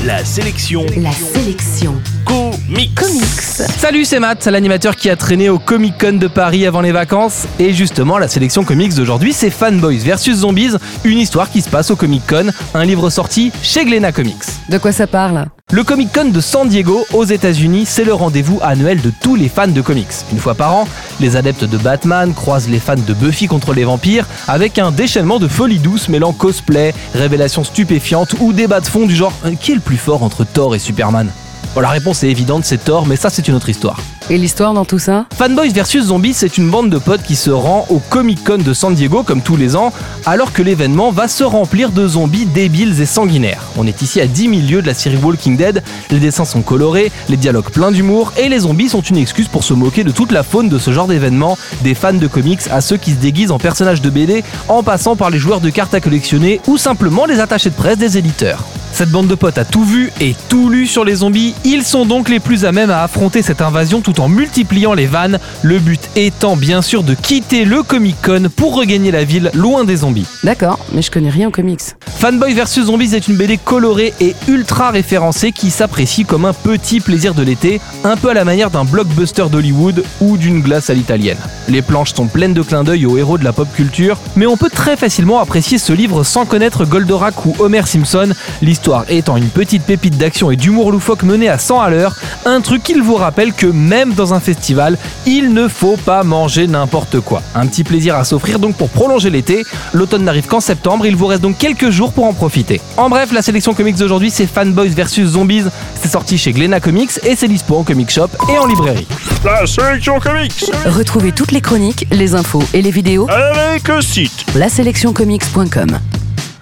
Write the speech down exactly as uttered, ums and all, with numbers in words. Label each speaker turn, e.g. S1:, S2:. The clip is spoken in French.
S1: La sélection.
S2: La sélection.
S1: Comics.
S2: Comics.
S3: Salut, c'est Matt, l'animateur qui a traîné au Comic Con de Paris avant les vacances. Et justement, la sélection comics d'aujourd'hui, c'est Fanboys versus Zombies, une histoire qui se passe au Comic Con, un livre sorti chez Glénat Comics.
S2: De quoi ça parle ?
S3: Le Comic Con de San Diego, aux États-Unis, c'est le rendez-vous annuel de tous les fans de comics. Une fois par an, les adeptes de Batman croisent les fans de Buffy contre les vampires avec un déchaînement de folie douce mêlant cosplay, révélations stupéfiantes ou débats de fond du genre euh, qui est le plus fort entre Thor et Superman ? Bon, la réponse est évidente, c'est Thor, mais ça c'est une autre histoire.
S2: Et l'histoire dans tout ça ?
S3: Fanboys versus Zombies, c'est une bande de potes qui se rend au Comic Con de San Diego comme tous les ans, alors que l'événement va se remplir de zombies débiles et sanguinaires. On est ici à dix mille lieues de la série Walking Dead, les dessins sont colorés, les dialogues pleins d'humour, et les zombies sont une excuse pour se moquer de toute la faune de ce genre d'événement, des fans de comics à ceux qui se déguisent en personnages de B D, en passant par les joueurs de cartes à collectionner ou simplement les attachés de presse des éditeurs. Cette bande de potes a tout vu et tout lu sur les zombies, ils sont donc les plus à même à affronter cette invasion tout en multipliant les vannes, le but étant bien sûr de quitter le Comic Con pour regagner la ville loin des zombies.
S2: D'accord, mais je connais rien aux comics.
S3: Fanboys versus Zombies est une B D colorée et ultra référencée qui s'apprécie comme un petit plaisir de l'été, un peu à la manière d'un blockbuster d'Hollywood ou d'une glace à l'italienne. Les planches sont pleines de clins d'œil aux héros de la pop culture, mais on peut très facilement apprécier ce livre sans connaître Goldorak ou Homer Simpson, l'histoire étant une petite pépite d'action et d'humour loufoque menée à cent à l'heure, un truc qui vous rappelle que même dans un festival, il ne faut pas manger n'importe quoi. Un petit plaisir à s'offrir donc pour prolonger l'été, l'automne n'arrive qu'en septembre, il vous reste donc quelques jours pour en profiter. En bref, la sélection comics d'aujourd'hui c'est Fanboys versus Zombies, c'est sorti chez Glénat Comics et c'est dispo en comic shop et en librairie.
S1: La sélection comics.
S2: Retrouvez toutes les chroniques, les infos et les vidéos
S1: Avec un site.
S2: la sélection comics point com.